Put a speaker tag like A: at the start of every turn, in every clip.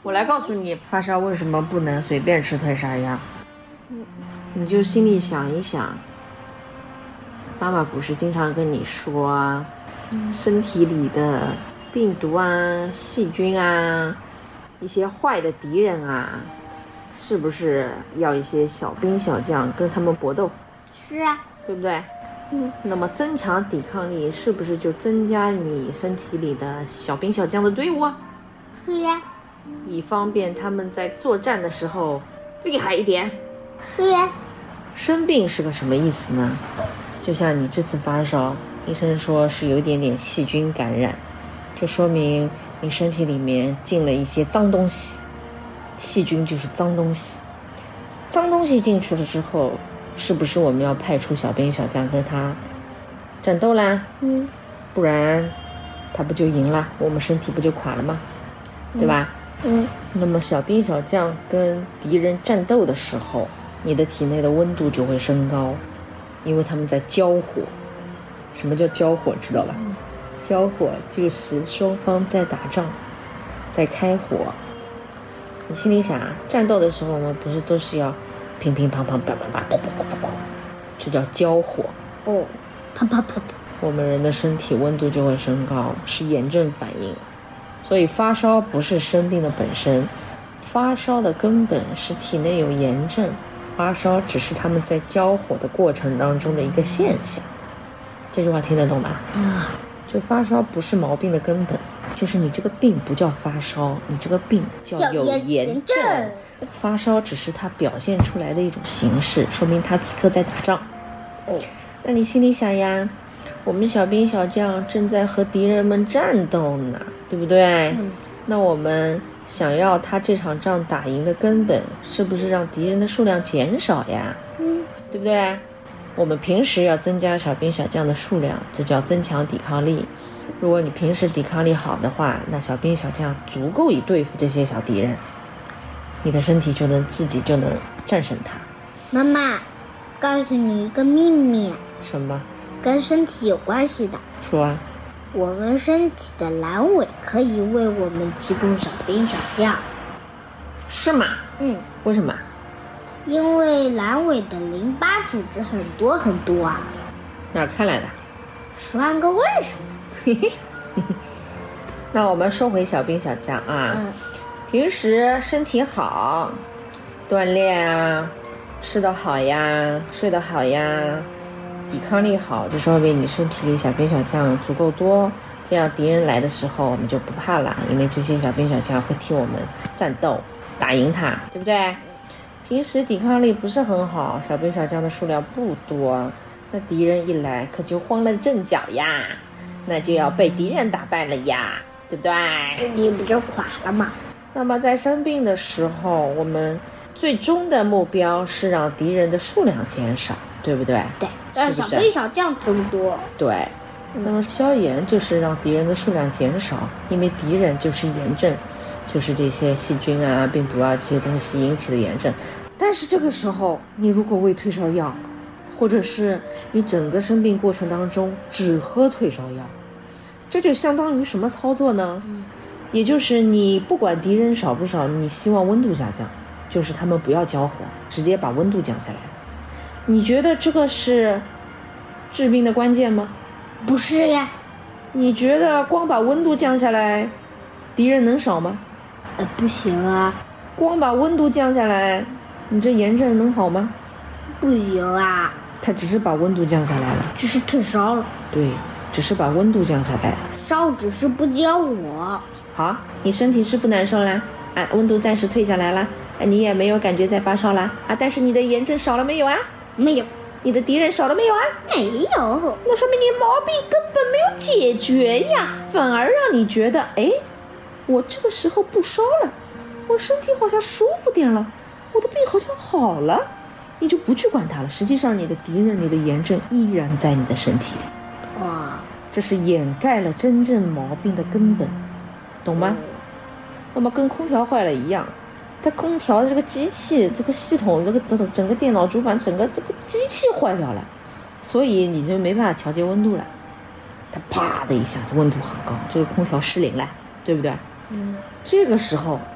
A: 我来告诉你，发烧为什么不能随便吃退烧药。你就心里想一想，妈妈不是经常跟你说，身体里的病毒啊、细菌啊、一些坏的敌人啊，是不是要一些小兵小将跟他们搏斗？
B: 是啊，
A: 对不对？那么增强抵抗力是不是就增加你身体里的小兵小将的队伍啊？
B: 是呀，
A: 以方便他们在作战的时候厉害一点。
B: 是呀。
A: 生病是个什么意思呢？就像你这次发烧，医生说是有一点点细菌感染，就说明你身体里面进了一些脏东西。细菌就是脏东西，脏东西进去了之后，是不是我们要派出小兵小将跟他战斗啦？不然他不就赢了，我们身体不就垮了吗？对吧？那么小兵小将跟敌人战斗的时候，你的体内的温度就会升高，因为他们在交火。什么叫交火知道吧？交火就是双方在打仗，在开火。你心里想啊，战斗的时候我们不是都是要乒乒乓乓、叭叭叭、噗噗噗噗噗，这叫交火。
B: 啪啪啪啪。
A: 我们人的身体温度就会升高，是炎症反应。所以发烧不是生病的本身，发烧的根本是体内有炎症，发烧只是他们在交火的过程当中的一个现象。这句话听得懂吧？就发烧不是毛病的根本，就是你这个病不叫发烧，你这个病叫有炎症。发烧只是它表现出来的一种形式，说明他此刻在打仗。那你心里想呀，我们小兵小将正在和敌人们战斗呢，对不对？那我们想要他这场仗打赢的根本，是不是让敌人的数量减少呀？对不对？我们平时要增加小兵小将的数量，这叫增强抵抗力。如果你平时抵抗力好的话，那小兵小将足够以对付这些小敌人，你的身体自己就能战胜它。
B: 妈妈，告诉你一个秘密。
A: 什么？
B: 跟身体有关系的。
A: 说啊。
B: 我们身体的阑尾可以为我们提供小兵小将。
A: 是吗？为什么？
B: 因为阑尾的淋巴组织很多很多啊。
A: 哪儿看来的
B: ？10万个为什么。
A: 那我们说回小兵小将啊，平时身体好，锻炼啊，吃得好呀，睡得好呀，抵抗力好，就说明你身体里小兵小将足够多，这样敌人来的时候我们就不怕了，因为这些小兵小将会替我们战斗，打赢他，对不对？平时抵抗力不是很好，小兵小将的数量不多，那敌人一来可就慌了阵脚呀，那就要被敌人打败了呀，对不对？
B: 身体不就垮了吗？
A: 那么在生病的时候，我们最终的目标是让敌人的数量减少，对不对？
B: 对，让小兵小将增多。
A: 对，那么消炎就是让敌人的数量减少，因为敌人就是炎症，就是这些细菌啊、病毒啊这些东西引起的炎症。但是这个时候，你如果喂退烧药，或者是你整个生病过程当中只喝退烧药，这就相当于什么操作呢？也就是你不管敌人少不少，你希望温度下降，就是他们不要交火，直接把温度降下来。你觉得这个是治病的关键吗？
B: 不是呀。
A: 你觉得光把温度降下来，敌人能少吗？
B: 不行啊。
A: 光把温度降下来，你这炎症能好吗？
B: 不行啊。
A: 它只是把温度降下来了，
B: 只是退烧了。
A: 对，只是把温度降下来，
B: 烧只是不交火。
A: 好，你身体是不难受啦，温度暂时退下来了，你也没有感觉在发烧啦，但是你的炎症少了没有啊？
B: 没有。
A: 你的敌人少了没有啊？
B: 没有。
A: 那说明你毛病根本没有解决呀，反而让你觉得，我这个时候不烧了，我身体好像舒服点了，我的病好像好了，你就不去管它了。实际上你的敌人，你的炎症依然在你的身体里。
B: 哇，
A: 这是掩盖了真正毛病的根本，懂吗？那么跟空调坏了一样，它空调的这个机器、这个系统、这个整个电脑主板、整个这个机器坏掉了，所以你就没办法调节温度了，它啪的一下子温度很高，这个空调失灵了，对不对？这个时候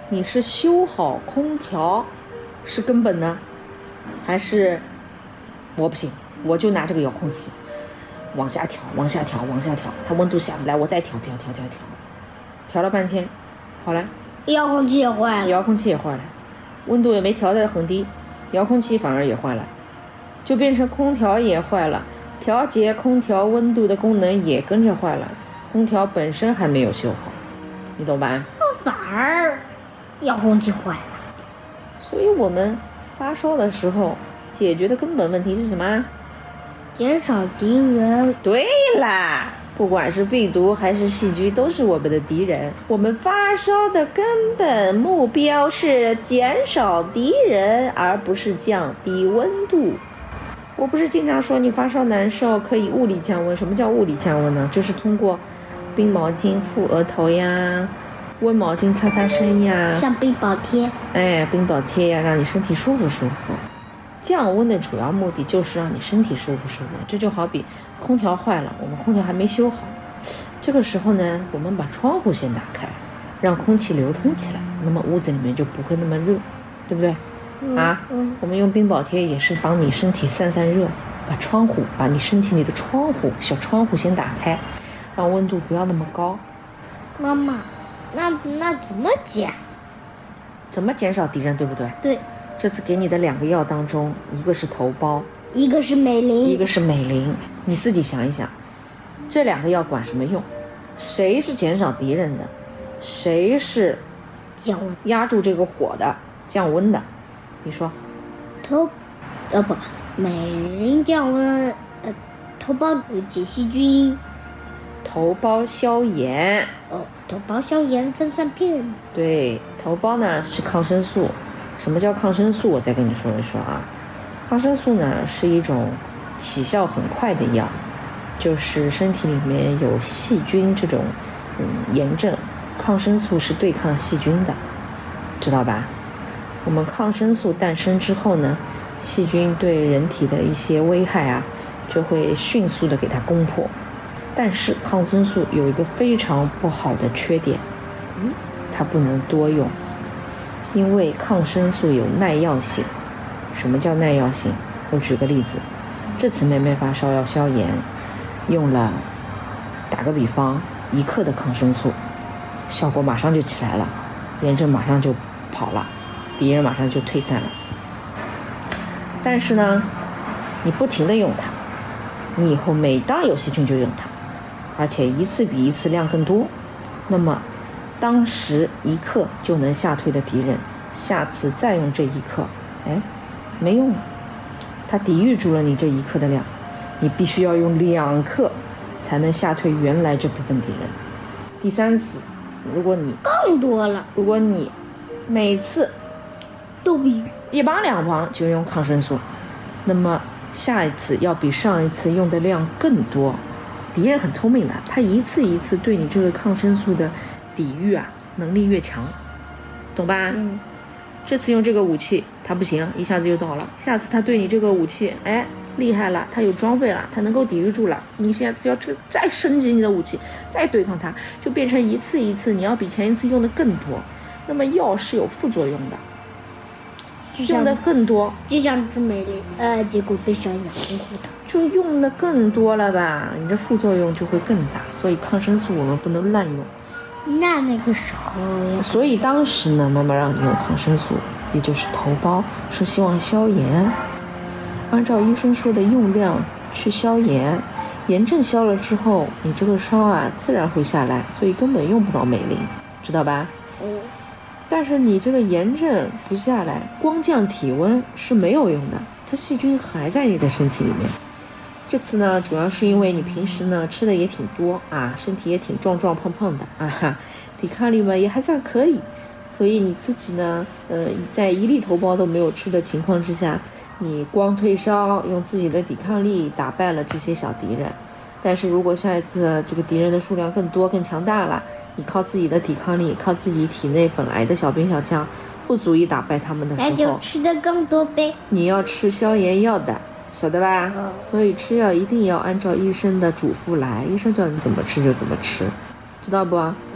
A: 你是修好空调是根本呢，还是我不行，我就拿这个遥控器往下调，它温度下不来，我再调，调了半天，好了，
B: 遥控器也坏了，
A: 温度也没调得很低，遥控器反而也坏了，就变成空调也坏了，调节空调温度的功能也跟着坏了，空调本身还没有修好，你懂吧？
B: 反而遥控器坏了。
A: 所以我们发烧的时候解决的根本问题是什么？
B: 减少敌人。
A: 对啦，不管是病毒还是细菌都是我们的敌人，我们发烧的根本目标是减少敌人，而不是降低温度。我不是经常说你发烧难受可以物理降温，什么叫物理降温呢？就是通过冰毛巾敷额头呀，温毛巾擦擦身呀，
B: 像冰宝贴，
A: 冰宝贴呀，让你身体舒服舒服。降温的主要目的就是让你身体舒服舒服。这就好比空调坏了，我们空调还没修好，这个时候呢，我们把窗户先打开，让空气流通起来，那么屋子里面就不会那么热，对不对？我们用冰宝贴也是帮你身体散散热，把你身体里的小窗户先打开，让温度不要那么高。
B: 妈妈，那怎么减？
A: 怎么减少敌人，对不对？
B: 对。
A: 这次给你的2个药当中，一个是头孢，
B: 一个是美林，
A: 你自己想一想，这2个药管什么用？谁是减少敌人的？谁是
B: 降温
A: 压住这个火的降温的？你说？
B: 美林降温，头孢解细菌，
A: 头孢消炎。
B: 头孢消炎分散片。
A: 对，头孢呢是抗生素。什么叫抗生素？我再跟你说一说啊。抗生素呢是一种起效很快的药，就是身体里面有细菌这种炎症，抗生素是对抗细菌的，知道吧？我们抗生素诞生之后呢，细菌对人体的一些危害啊，就会迅速的给它攻破。但是抗生素有一个非常不好的缺点，它不能多用。因为抗生素有耐药性。什么叫耐药性？我举个例子，这次妹妹发烧要消炎，用了打个比方1克的抗生素，效果马上就起来了，炎症马上就跑了，敌人马上就退散了。但是呢，你不停的用它，你以后每当有细菌就用它，而且一次比一次量更多，那么当时1克就能吓退的敌人，下次再用这1克，没用了，它抵御住了你这1克的量，你必须要用2克才能吓退原来这部分敌人。第3次，如果你
B: 更多了，
A: 如果你每次
B: 都比
A: 1帮2帮就用抗生素，那么下一次要比上一次用的量更多。敌人很聪明的，他一次一次对你这个抗生素的抵御能力越强，懂吧？这次用这个武器他不行，一下子就倒了，下次他对你这个武器厉害了，他有装备了，他能够抵御住了，你下次要再升级你的武器，再对抗他，就变成一次一次你要比前一次用的更多。那么药是有副作用的，用的更多，
B: 就像吃美林，结果被伤养护的，
A: 就用的更多了吧，你这副作用就会更大。所以抗生素我们不能滥用。
B: 那个时候呀，
A: 所以当时呢，妈妈让你用抗生素，也就是头孢，是希望消炎，按照医生说的用量去消炎，炎症消了之后，你这个烧自然会下来，所以根本用不到美林，知道吧？但是你这个炎症不下来，光降体温是没有用的，它细菌还在你的身体里面。这次呢，主要是因为你平时呢吃的也挺多身体也挺壮壮胖胖的抵抗力嘛也还算可以，所以你自己呢，在1粒头孢都没有吃的情况之下，你光退烧，用自己的抵抗力打败了这些小敌人。但是如果下一次这个敌人的数量更多更强大了，你靠自己的抵抗力，靠自己体内本来的小兵小将不足以打败他们的时候，
B: 那就吃的更多呗。
A: 你要吃消炎药的，晓得吧？所以吃药一定要按照医生的嘱咐来，医生叫你怎么吃就怎么吃，知道不？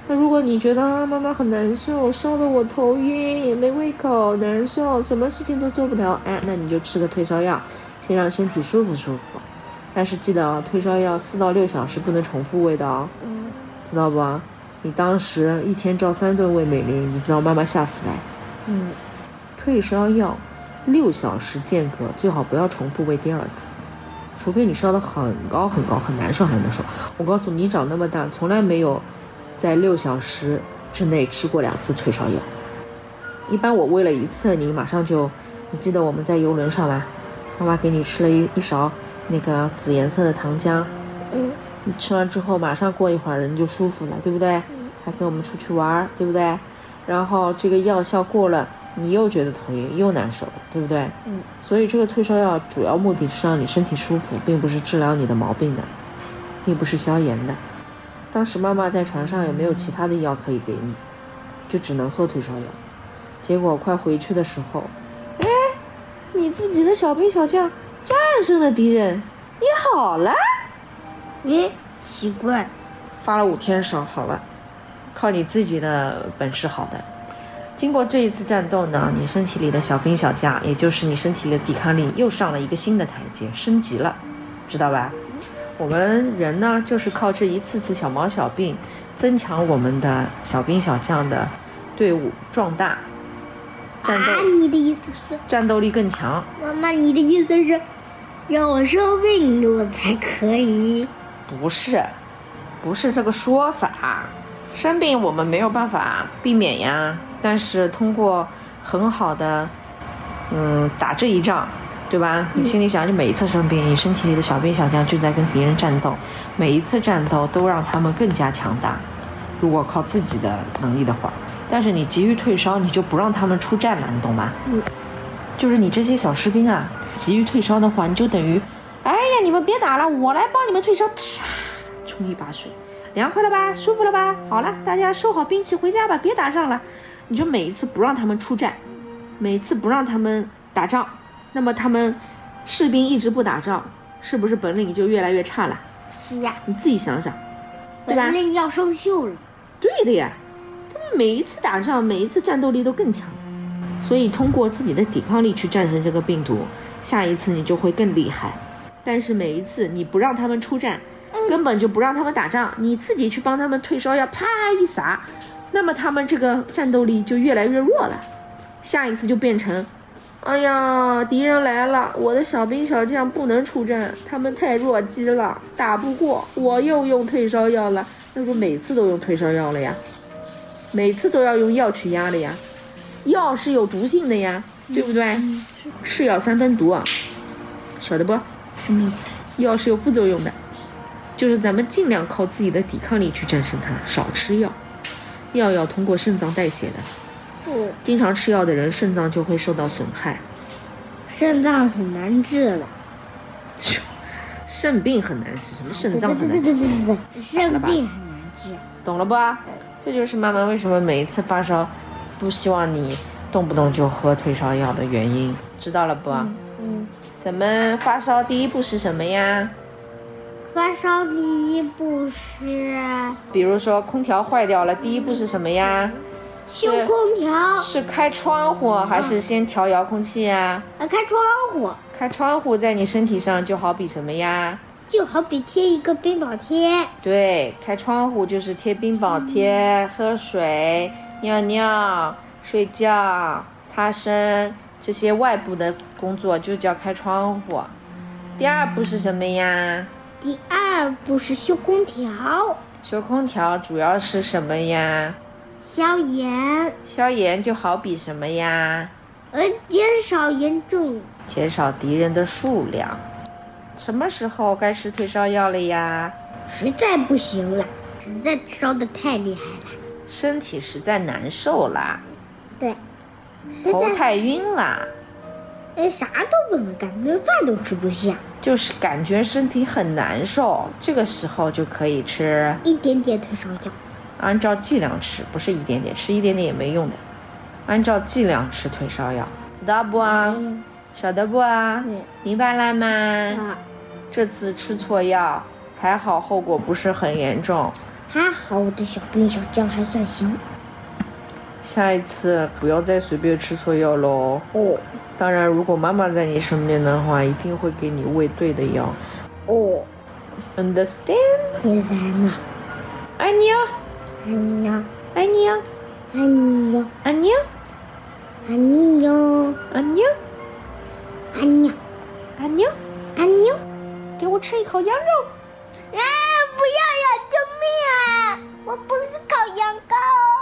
A: 那如果你觉得妈妈很难受，烧得我头晕，也没胃口，难受，什么事情都做不了，那你就吃个退烧药，先让身体舒服舒服。但是记得退烧药4到6小时不能重复喂的哦，知道不？你当时一天照3顿喂美玲，你知道妈妈吓死来。退烧药6小时间隔，最好不要重复喂第2次，除非你烧得很高很高，很难受很难受。我告诉你，长那么大从来没有在6小时之内吃过2次退烧药。一般我喂了1次，你马上就，你记得我们在游轮上吗？妈妈给你吃了一勺那个紫颜色的糖浆，你吃完之后马上过一会儿人就舒服了，对不对？还跟我们出去玩，对不对？然后这个药效过了，你又觉得头晕又难受，对不对？所以这个退烧药主要目的是让你身体舒服，并不是治疗你的毛病的，并不是消炎的。当时妈妈在船上也没有其他的药可以给你，就只能喝退烧药。结果快回去的时候，你自己的小兵小将战胜了敌人，你好了。
B: 奇怪，
A: 发了5天烧好了，靠你自己的本事好的。经过这一次战斗呢，你身体里的小兵小将，也就是你身体里的抵抗力又上了一个新的台阶，升级了，知道吧？我们人呢，就是靠这一次次小毛小病，增强我们的小兵小将的队伍壮大，
B: 你的意思是
A: 战斗力更强。
B: 妈妈，你的意思是让我生病我才可以？
A: 不是这个说法。生病我们没有办法避免呀，但是通过很好的打这一仗，对吧？你心里想，就每一次生病，你身体里的小兵小将就在跟敌人战斗，每一次战斗都让他们更加强大。如果靠自己的能力的话，但是你急于退烧，你就不让他们出战了，你懂吗？就是你这些小士兵啊，急于退烧的话，你就等于，你们别打了，我来帮你们退烧，啪，冲一把水，凉快了吧，舒服了吧？好了，大家收好兵器回家吧，别打仗了。你就每一次不让他们出战，每次不让他们打仗，那么他们士兵一直不打仗，是不是本领就越来越差了？
B: 是呀，
A: 你自己想想，对吧？
B: 本领要生锈了。
A: 对的呀，他们每一次打仗，每一次战斗力都更强，所以通过自己的抵抗力去战胜这个病毒，下一次你就会更厉害。但是每一次你不让他们出战，根本就不让他们打仗，你自己去帮他们退烧药，啪一撒，那么他们这个战斗力就越来越弱了。下一次就变成，敌人来了，我的小兵小将不能出战，他们太弱鸡了，打不过，我又用退烧药了。那不每次都用退烧药了呀，每次都要用药去压了呀，药是有毒性的呀，对不对？是药3分毒啊，晓得不？
B: 什么意思？
A: 药是有副作用的，就是咱们尽量靠自己的抵抗力去战胜它，少吃药。药要通过肾脏代谢的，经常吃药的人肾脏就会受到损害。
B: 肾脏很难治了，
A: 肾病很难治，什么肾脏很难治？
B: 对，肾病很难治，
A: 懂了吧？这就是妈妈为什么每一次发烧不希望你动不动就喝退烧药的原因，知道了不？咱们发烧第一步是什么呀？
B: 发烧第一步是，
A: 比如说空调坏掉了，第一步是什么呀？
B: 修空调。
A: 是开窗户还是先调遥控器呀？
B: 开窗户。
A: 开窗户在你身体上就好比什么呀？
B: 就好比贴一个冰宝贴。
A: 对，开窗户就是贴冰宝贴，喝水、尿尿、睡觉、擦身，这些外部的工作就叫开窗户。第二步是什么呀？
B: 第二步是修空调。
A: 修空调主要是什么呀？
B: 消炎。
A: 消炎就好比什么呀？
B: 减少炎症。
A: 减少敌人的数量。什么时候该吃退烧药了呀？
B: 实在不行了，实在烧得太厉害了，
A: 身体实在难受啦。
B: 对，
A: 头太晕啦。
B: 啥都不能干，连饭都吃不下，
A: 就是感觉身体很难受，这个时候就可以吃
B: 一点点退烧药，
A: 按照剂量吃，不是一点点，吃一点点也没用的，按照剂量吃退烧药，知道不啊？晓得不啊？明白了吗？这次吃错药还好，后果不是很严重，
B: 还好我的小兵小将还算行。
A: 下一次不要再随便吃错药喽。
B: 哦
A: 当然，如果妈妈在你身边的话，一定会给你喂对的药。
B: 哦，
A: Understand？
B: 你来呢？
A: 爱你哦，
B: 爱你呀，
A: 爱你哦，
B: 爱你哟，
A: 爱你哦，
B: 爱你哟，
A: 爱你哦，
B: 爱你呀，
A: 爱你哦，
B: 爱你哟。
A: 给我吃一口羊肉。
B: 啊！不要呀！救命啊！我不是烤羊羔。